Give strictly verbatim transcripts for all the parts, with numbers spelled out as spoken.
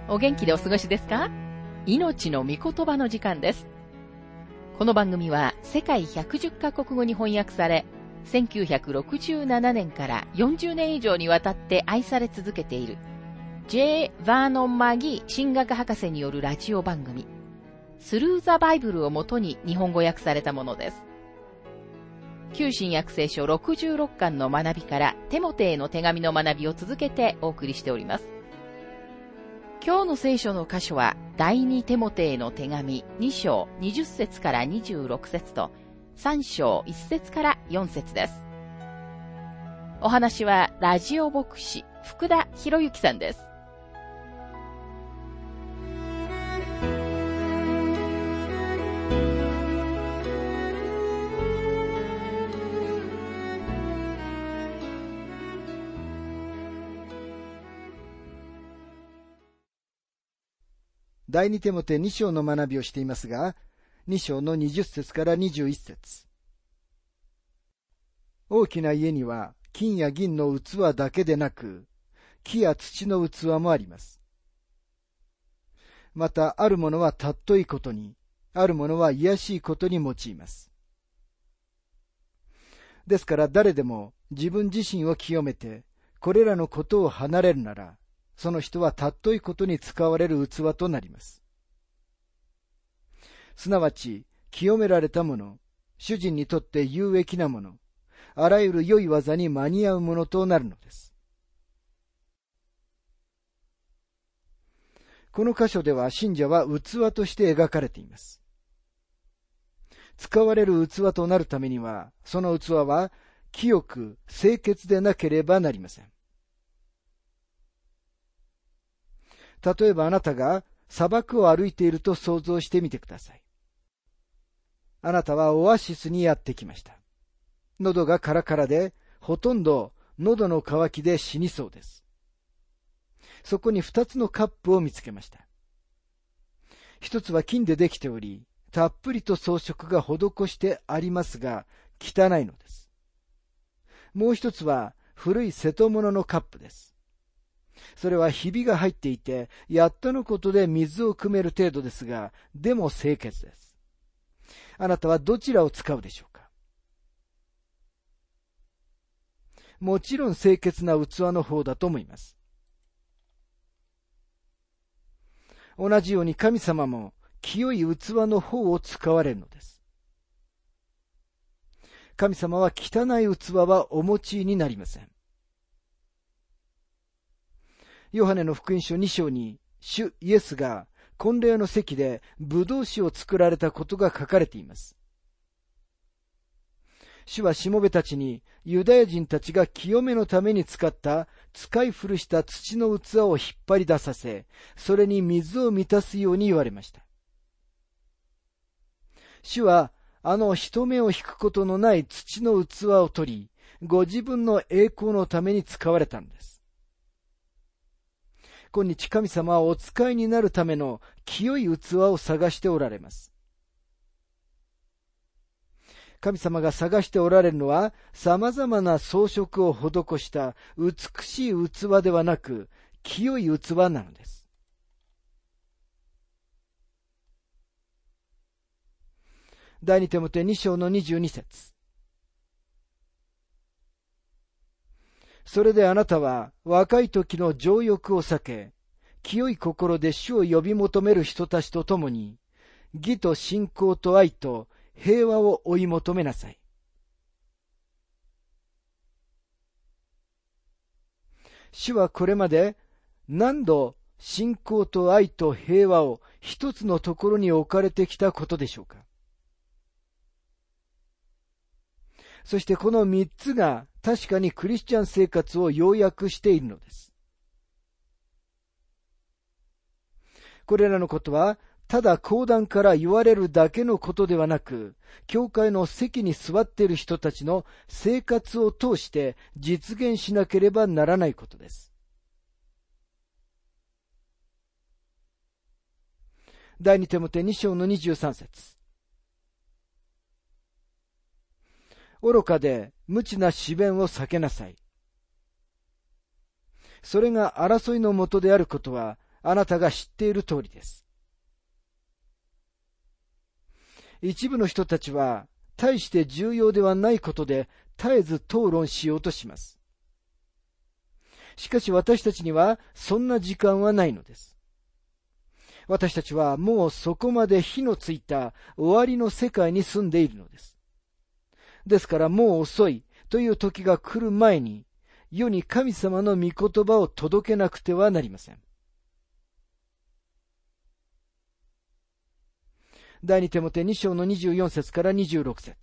お元気でお過ごしですか？命の御言葉の時間です。この番組は世界ひゃくじゅっカ国語に翻訳され、せんきゅうひゃくろくじゅうななねんからよんじゅうねん以上にわたって愛され続けている J. バーノン・マギー神学博士によるラジオ番組スルー・ザ・バイブルをもとに日本語訳されたものです。旧新約聖書ろくじゅうろっかんの学びからテモテへの手紙の学びを続けてお送りしております。今日の聖書の箇所は第二テモテへの手紙に章にじゅっ節からにじゅうろく節とさん章いち節からよん節です。お話はラジオ牧師福田博之さんです。 第二テモテに章の学びをしていますが、に章のにじゅっ節からにじゅういち節。大きな家には金や銀の器だけでなく、木や土の器もあります。また、あるものは尊いことに、あるものは卑しいことに用います。ですから誰でも自分自身を清めて、これらのことを離れるなら、その人は尊いことに使われる器となります。すなわち、清められたもの、主人にとって有益なもの、あらゆる良い技に間に合うものとなるのです。この箇所では信者は器として描かれています。使われる器となるためには、その器は清く清潔でなければなりません。例えばあなたが砂漠を歩いていると想像してみてください。あなたはオアシスにやってきました。喉がカラカラで、ほとんど喉の渇きで死にそうです。そこに二つのカップを見つけました。一つは金でできており、たっぷりと装飾が施してありますが、汚いのです。もう一つは古い瀬戸物のカップです。それはひびが入っていて、やっとのことで水を汲める程度ですが、でも清潔です。あなたはどちらを使うでしょうか？もちろん清潔な器の方だと思います。同じように神様も清い器の方を使われるのです。神様は汚い器はお持ちになりません。ヨハネの福音書に章に、主イエスが婚礼の席でブドウ酒を作られたことが書かれています。主はしもべたちにユダヤ人たちが清めのために使った使い古した土の器を引っ張り出させ、それに水を満たすように言われました。主はあの人目を引くことのない土の器を取り、ご自分の栄光のために使われたのです。今日神様はお使いになるための清い器を探しておられます。神様が探しておられるのは様々な装飾を施した美しい器ではなく清い器なのです。第二テモテに章のにじゅうに節。それであなたは若い時の情欲を避け、清い心で主を呼び求める人たちと共に、義と信仰と愛と平和を追い求めなさい。主はこれまで何度信仰と愛と平和を一つのところに置かれてきたことでしょうか。そしてこの三つが確かにクリスチャン生活を要約しているのです。これらのことはただ講談から言われるだけのことではなく、教会の席に座っている人たちの生活を通して実現しなければならないことです。第二テモテに章のにじゅうさん節。愚かで無知な詭弁を避けなさい。それが争いのもとであることは、 あなたが知っている通りです。一部の人たちは、大して重要ではないことで絶えず討論しようとします。しかし私たちにはそんな時間はないのです。私たちはもうそこまで火のついた終わりの世界に住んでいるのです。ですからもう遅いという時が来る前に、世に神様の御言葉を届けなくてはなりません。第二テモテに章のにじゅうよん節からにじゅうろく節。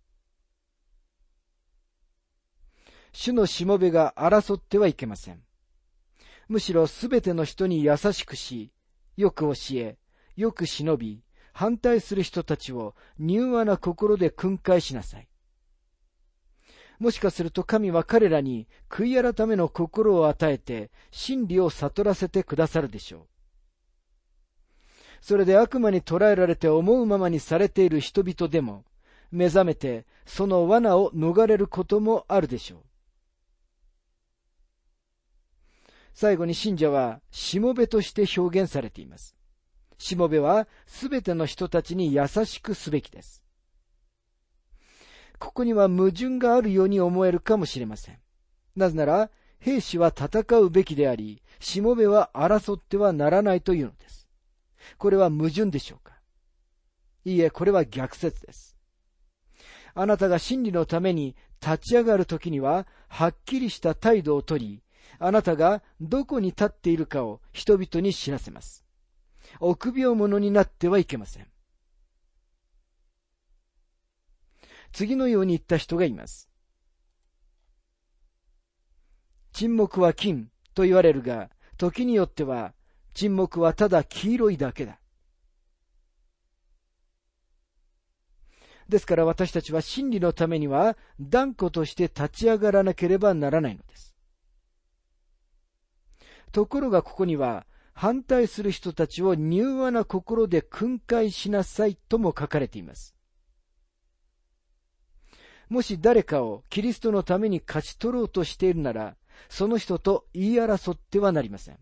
主のしもべが争ってはいけません。むしろすべての人に優しくし、よく教え、よく忍び、反対する人たちを柔和な心で訓戒しなさい。もしかすると神は彼らに悔い改めの心を与えて真理を悟らせてくださるでしょう。それで悪魔に捕らえられて思うままにされている人々でも目覚めてその罠を逃れることもあるでしょう。最後に信者はしもべとして表現されています。しもべはすべての人たちに優しくすべきです。ここには矛盾があるように思えるかもしれません。なぜなら、兵士は戦うべきであり、しもべは争ってはならないというのです。これは矛盾でしょうか？いいえ、これは逆説です。あなたが真理のために立ち上がるときには、はっきりした態度をとり、あなたがどこに立っているかを人々に知らせます。臆病者になってはいけません。次のように言った人がいます。沈黙は金と言われるが、時によっては沈黙はただ黄色いだけだ。ですから私たちは真理のためには断固として立ち上がらなければならないのです。ところがここには、反対する人たちを柔和な心で訓戒しなさいとも書かれています。もし誰かをキリストのために勝ち取ろうとしているなら、その人と言い争ってはなりません。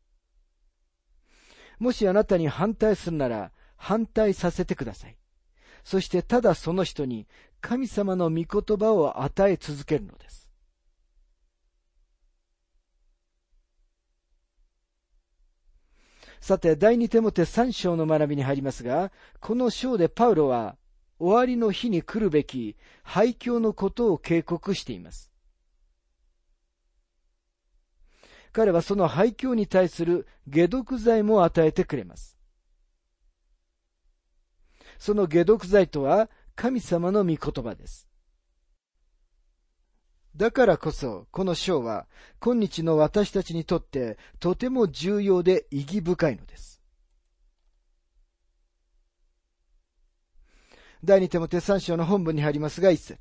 もしあなたに反対するなら、反対させてください。そしてただその人に神様の御言葉を与え続けるのです。さて、第二テモテさん章の学びに入りますが、この章でパウロは、終わりの日に来るべき廃墟のことを警告しています。彼はその廃墟に対する解毒剤も与えてくれます。その解毒剤とは神様の御言葉です。だからこそ、この章は、今日の私たちにとってとても重要で意義深いのです。第二テモテさん章の本文に入りますが、一節。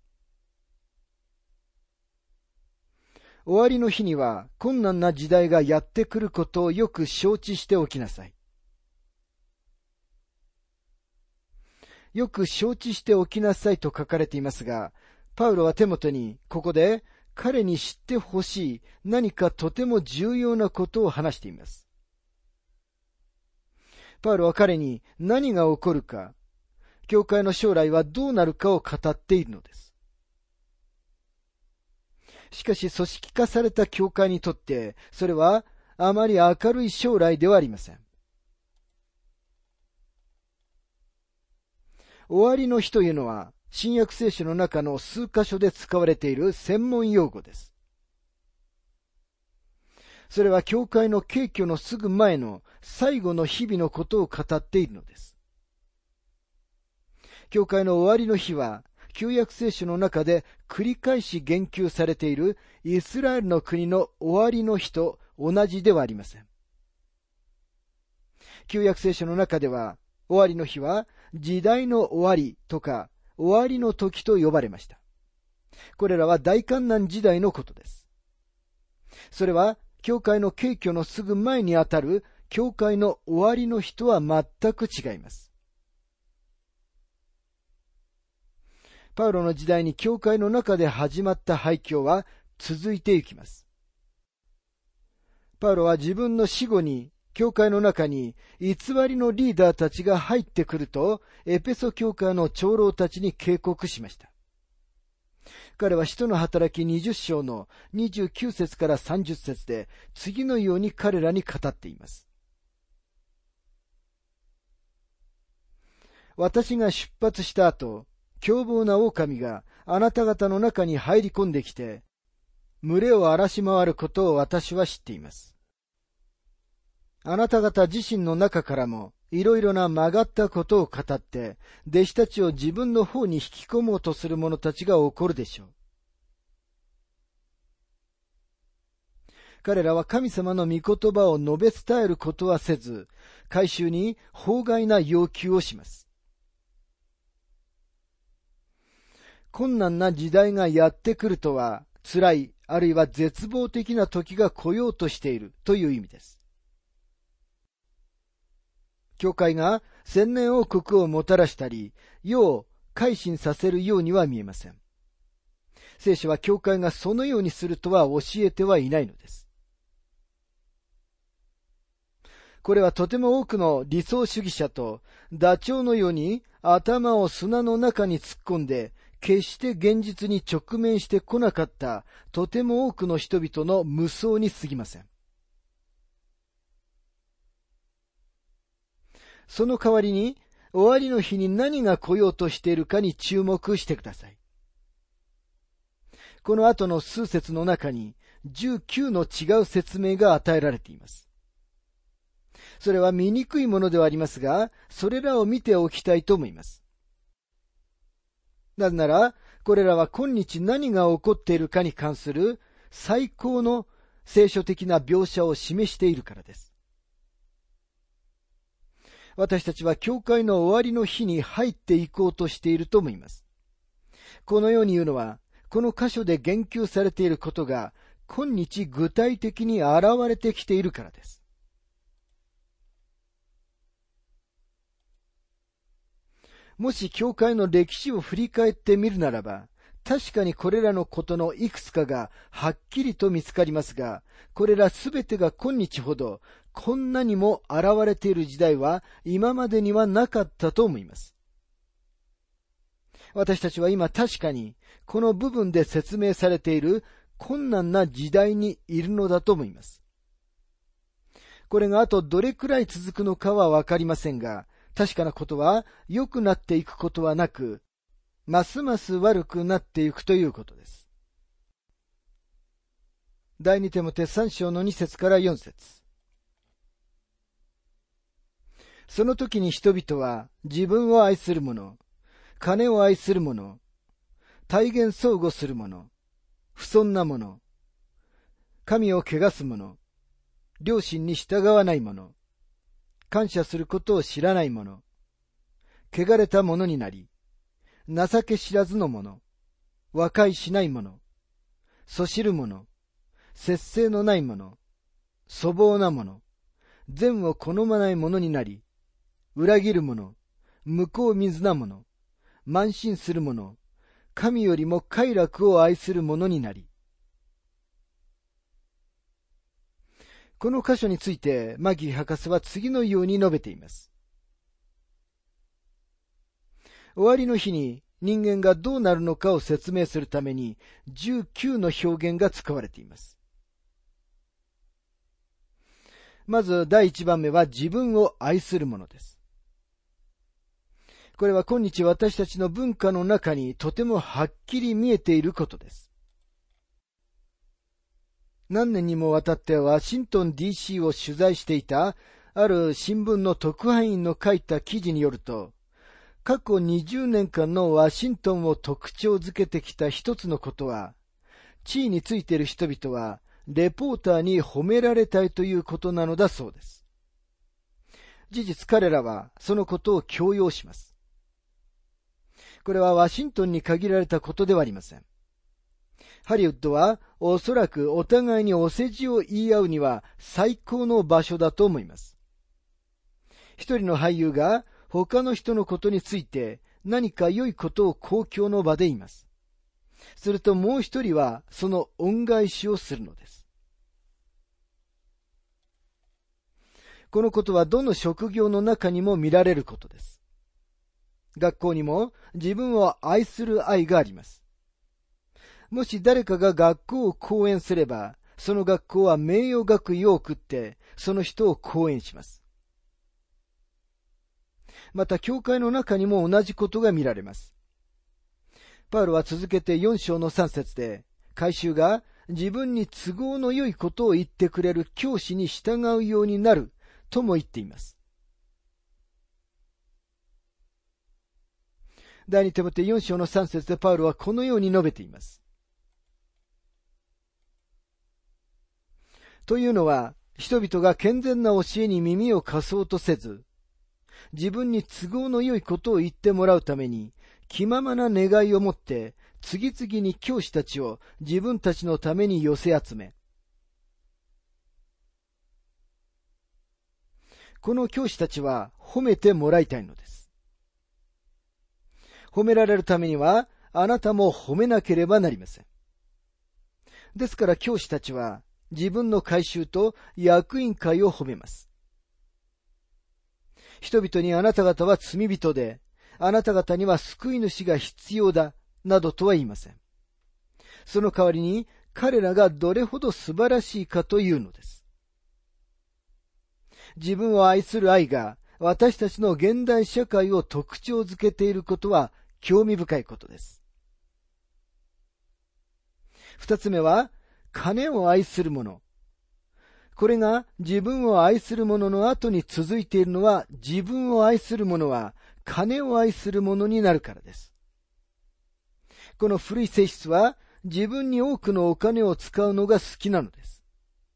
終わりの日には困難な時代がやってくることをよく承知しておきなさい。よく承知しておきなさいと書かれていますが、パウロはテモテにここで彼に知ってほしい何かとても重要なことを話しています。パウロは彼に何が起こるか、教会の将来はどうなるかを語っているのです。しかし組織化された教会にとってそれはあまり明るい将来ではありません。終わりの日というのは新約聖書の中の数箇所で使われている専門用語です。それは教会の景挙のすぐ前の最後の日々のことを語っているのです。教会の終わりの日は旧約聖書の中で繰り返し言及されているイスラエルの国の終わりの日と同じではありません。旧約聖書の中では終わりの日は時代の終わりとか終わりの時と呼ばれました。これらは大観難時代のことです。それは教会の景挙のすぐ前にあたる教会の終わりの日とは全く違います。パウロの時代に教会の中で始まった廃墟は続いていきます。パウロは自分の死後に教会の中に偽りのリーダーたちが入ってくると、エペソ教会の長老たちに警告しました。彼は使徒の働きにじゅっ章のにじゅうきゅう節からさんじゅっ節で次のように彼らに語っています。私が出発した後、凶暴な狼があなた方の中に入り込んできて、群れを荒らし回ることを私は知っています。あなた方自身の中からもいろいろな曲がったことを語って、弟子たちを自分の方に引き込もうとする者たちが起こるでしょう。彼らは神様の御言葉を述べ伝えることはせず、改宗に法外な要求をします。困難な時代がやってくるとは、辛い、あるいは絶望的な時が来ようとしているという意味です。教会が千年王国をもたらしたり、世を改心させるようには見えません。聖書は教会がそのようにするとは教えてはいないのです。これはとても多くの理想主義者とダチョウのように頭を砂の中に突っ込んで、決して現実に直面してこなかったとても多くの人々の無双に過ぎません。その代わりに、終わりの日に何が来ようとしているかに注目してください。この後の数節の中に、じゅうきゅうの違う説明が与えられています。それは見にくいものではありますが、それらを見ておきたいと思います。なぜなら、これらは今日何が起こっているかに関する最高の聖書的な描写を示しているからです。私たちは教会の終わりの日に入っていこうとしていると思います。このように言うのは、この箇所で言及されていることが今日具体的に現れてきているからです。もし教会の歴史を振り返ってみるならば、確かにこれらのことのいくつかがはっきりと見つかりますが、これらすべてが今日ほどこんなにも現れている時代は今までにはなかったと思います。私たちは今確かにこの部分で説明されている困難な時代にいるのだと思います。これがあとどれくらい続くのかはわかりませんが、確かなことは良くなっていくことはなく、ますます悪くなっていくということです。第二テモテさん章のに節からよん節。その時に人々は自分を愛する者、金を愛する者、体現相互する者、不遜な者、神を汚す者、良心に従わない者、感謝することを知らない者、汚れた者になり、情け知らずの者、和解しない者、そしる者、節制のない者、粗暴な者、善を好まない者になり、裏切る者、向こう水な者、慢心する者、神よりも快楽を愛する者になり。この箇所についてマギー博士は次のように述べています。終わりの日に人間がどうなるのかを説明するためにじゅうきゅうの表現が使われています。まず第一番目は自分を愛するものです。これは今日私たちの文化の中にとてもはっきり見えていることです。何年にもわたってワシントン ディーシー を取材していたある新聞の特派員の書いた記事によると、過去にじゅうねんかんのワシントンを特徴づけてきた一つのことは、地位についている人々はレポーターに褒められたいということなのだそうです。事実彼らはそのことを強要します。これはワシントンに限られたことではありません。ハリウッドはおそらくお互いにお世辞を言い合うには最高の場所だと思います。一人の俳優が他の人のことについて何か良いことを公共の場で言います。するともう一人はその恩返しをするのです。 このことはどの職業の中にも見られることです。学校にも自分を愛する愛があります。もし誰かが学校を講演すれば、その学校は名誉学位を送って、その人を講演します。また、教会の中にも同じことが見られます。パウロは続けてよん章のさん節で、改宗が自分に都合の良いことを言ってくれる教師に従うようになるとも言っています。第二テモテよん章のさん節でパウロはこのように述べています。というのは、人々が健全な教えに耳を貸そうとせず、自分に都合の良いことを言ってもらうために、気ままな願いを持って、次々に教師たちを自分たちのために寄せ集め、この教師たちは褒めてもらいたいのです。褒められるためには、あなたも褒めなければなりません。ですから教師たちは、自分の改宗と役員会を褒めます。人々にあなた方は罪人で、あなた方には救い主が必要だ、などとは言いません。その代わりに彼らがどれほど素晴らしいかというのです。自分を愛する愛が私たちの現代社会を特徴づけていることは興味深いことです。二つ目は、金を愛する者。これが自分を愛する者の後に続いているのは、自分を愛する者は金を愛する者になるからです。この古い性質は自分に多くのお金を使うのが好きなのです。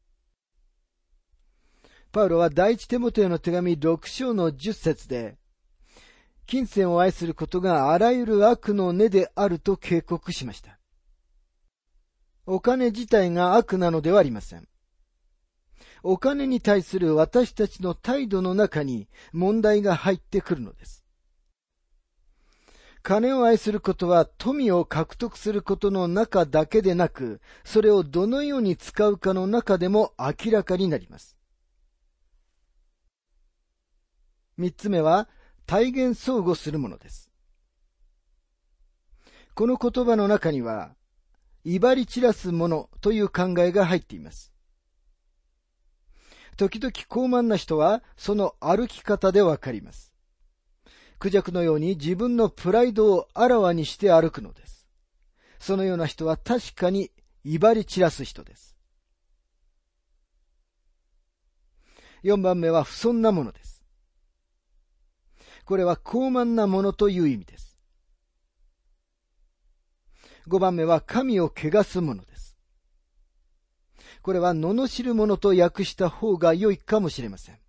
パウロは第一テモテへの手紙ろく章のじゅっ節で、金銭を愛することがあらゆる悪の根であると警告しました。お金自体が悪なのではありません。お金に対する私たちの態度の中に問題が入ってくるのです。金を愛することは富を獲得することの中だけでなく、それをどのように使うかの中でも明らかになります。三つ目は、体現相互するものです。この言葉の中には、威張り散らすものという考えが入っています。時々高慢な人はその歩き方でわかります。クジャクのように自分のプライドをあらわにして歩くのです。そのような人は確かに威張り散らす人です。四番目は不遜なものです。これは高慢なものという意味です。五番目は神を汚すものです。これは罵るものと訳した方が良いかもしれません。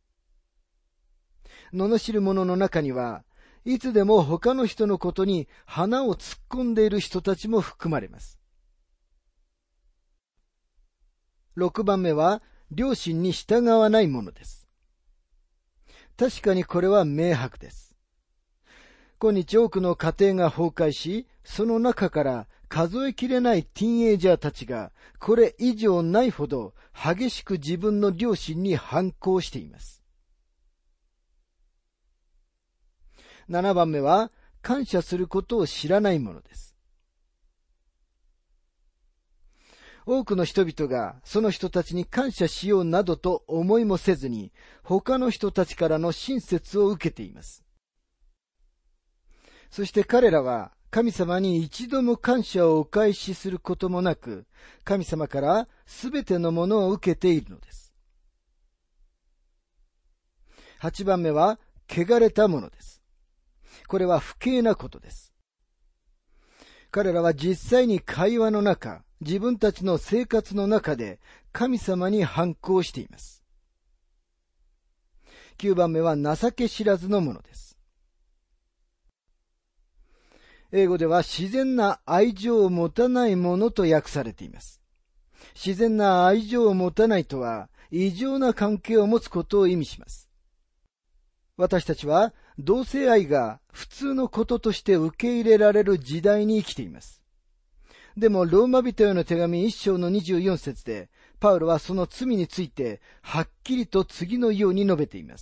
罵る者の中には、いつでも他の人のことに鼻を突っ込んでいる人たちも含まれます。六番目は、良心に従わないものです。確かにこれは明白です。今日多くの家庭が崩壊し、その中から数えきれないティーンエイジャーたちが、これ以上ないほど激しく自分の良心に反抗しています。七番目は、感謝することを知らないものです。多くの人々がその人たちに感謝しようなどと思いもせずに、他の人たちからの親切を受けています。そして彼らは神様に一度も感謝をお返しすることもなく、神様からすべてのものを受けているのです。八番目は、汚れたものです。これは不敬なことです。彼らは実際に会話の中、自分たちの生活の中で神様に反抗しています。九番目は情け知らずのものです。英語では自然な愛情を持たないものと訳されています。自然な愛情を持たないとは異常な関係を持つことを意味します。私たちは同性愛が普通のこととして受け入れられる時代に生きています。でもローマ人への手紙一章のにじゅうよん節でパウロはその罪についてはっきりと次のように述べています。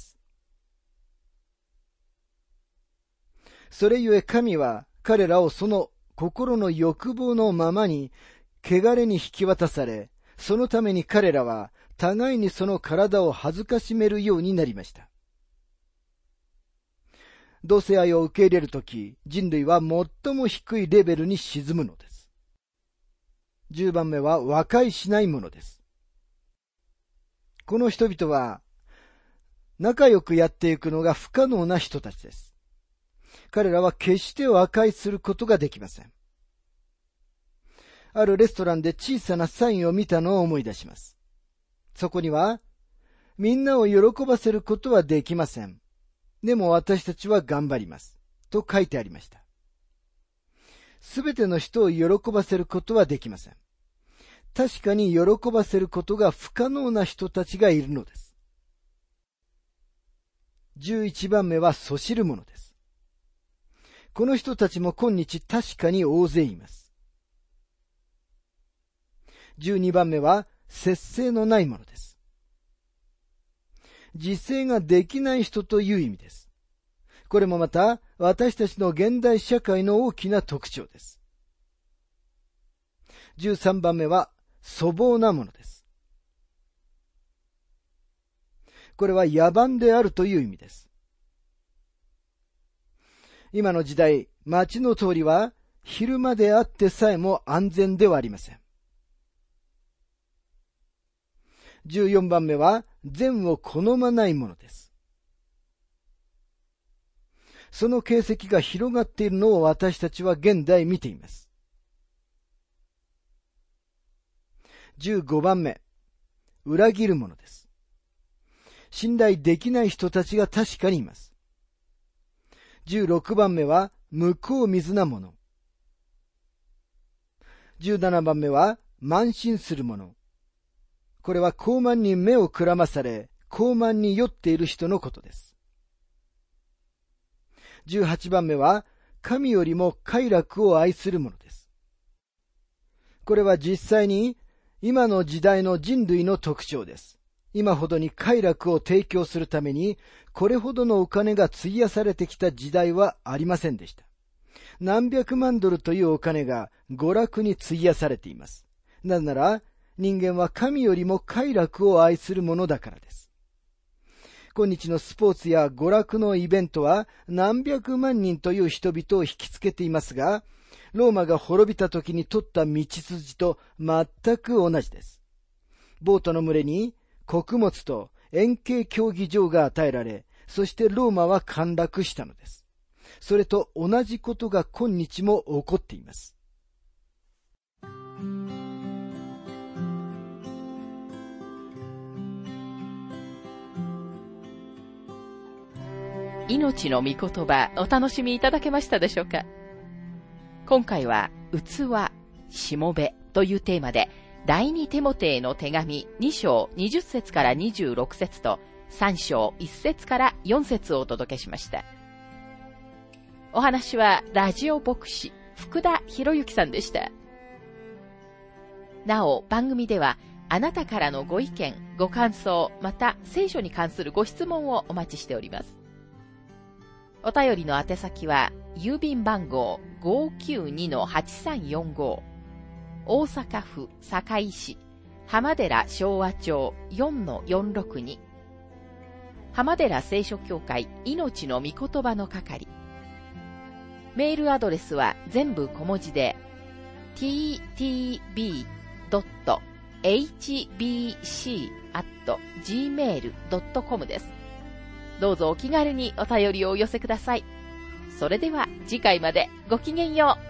それゆえ神は彼らをその心の欲望のままに汚れに引き渡され、そのために彼らは互いにその体を恥ずかしめるようになりました。同性愛を受け入れるとき、人類は最も低いレベルに沈むのです。じゅうばんめは和解しないものです。この人々は仲良くやっていくのが不可能な人たちです。彼らは決して和解することができません。あるレストランで小さなサインを見たのを思い出します。そこには、みんなを喜ばせることはできません。でも私たちは頑張ります。と書いてありました。すべての人を喜ばせることはできません。確かに喜ばせることが不可能な人たちがいるのです。じゅういちばんめはそしるものです。この人たちも今日確かに大勢います。じゅうにばんめは節制のないものです。自制ができない人という意味です。これもまた私たちの現代社会の大きな特徴です。じゅうさんばんめは粗暴なものです。これは野蛮であるという意味です。今の時代、街の通りは昼間であってさえも安全ではありません。じゅうよんばんめは善を好まないものです。その形跡が広がっているのを私たちは現代見ています。じゅうごばんめ、裏切るものです。信頼できない人たちが確かにいます。じゅうろくばんめは向こう水なもの。じゅうななばんめは慢心するもの。これは傲慢に目をくらまされ、傲慢に酔っている人のことです。じゅうはちばんめは神よりも快楽を愛するものです。これは実際に今の時代の人類の特徴です。今ほどに快楽を提供するためにこれほどのお金が費やされてきた時代はありませんでした。何百万ドルというお金が娯楽に費やされています。なぜなら人間は神よりも快楽を愛するものだからです。今日のスポーツや娯楽のイベントは何百万人という人々を引きつけていますが、ローマが滅びた時に取った道筋と全く同じです。ボートの群れに穀物と円形競技場が与えられ、そしてローマは陥落したのです。それと同じことが今日も起こっています。 命の御言葉、お楽しみいただけましたでしょうか。今回は器、しもべというテーマで、第二テモテへの手紙に章にじゅっ節からにじゅうろく節とさん章いち節からよん節をお届けしました。お話はラジオ牧師福田博之さんでした。なお番組ではあなたからのご意見、ご感想、また聖書に関するご質問をお待ちしております。お便りの宛先は郵便番号 ごーきゅうにのはちさんよんご、大阪府堺市浜寺昭和町 よんのよんろくに、浜寺聖書協会命の御言葉の係。メールアドレスは全部小文字で ティーティービードットエイチビーシーアットジーメールドットコム です。どうぞお気軽にお便りをお寄せください。それでは次回までごきげんよう。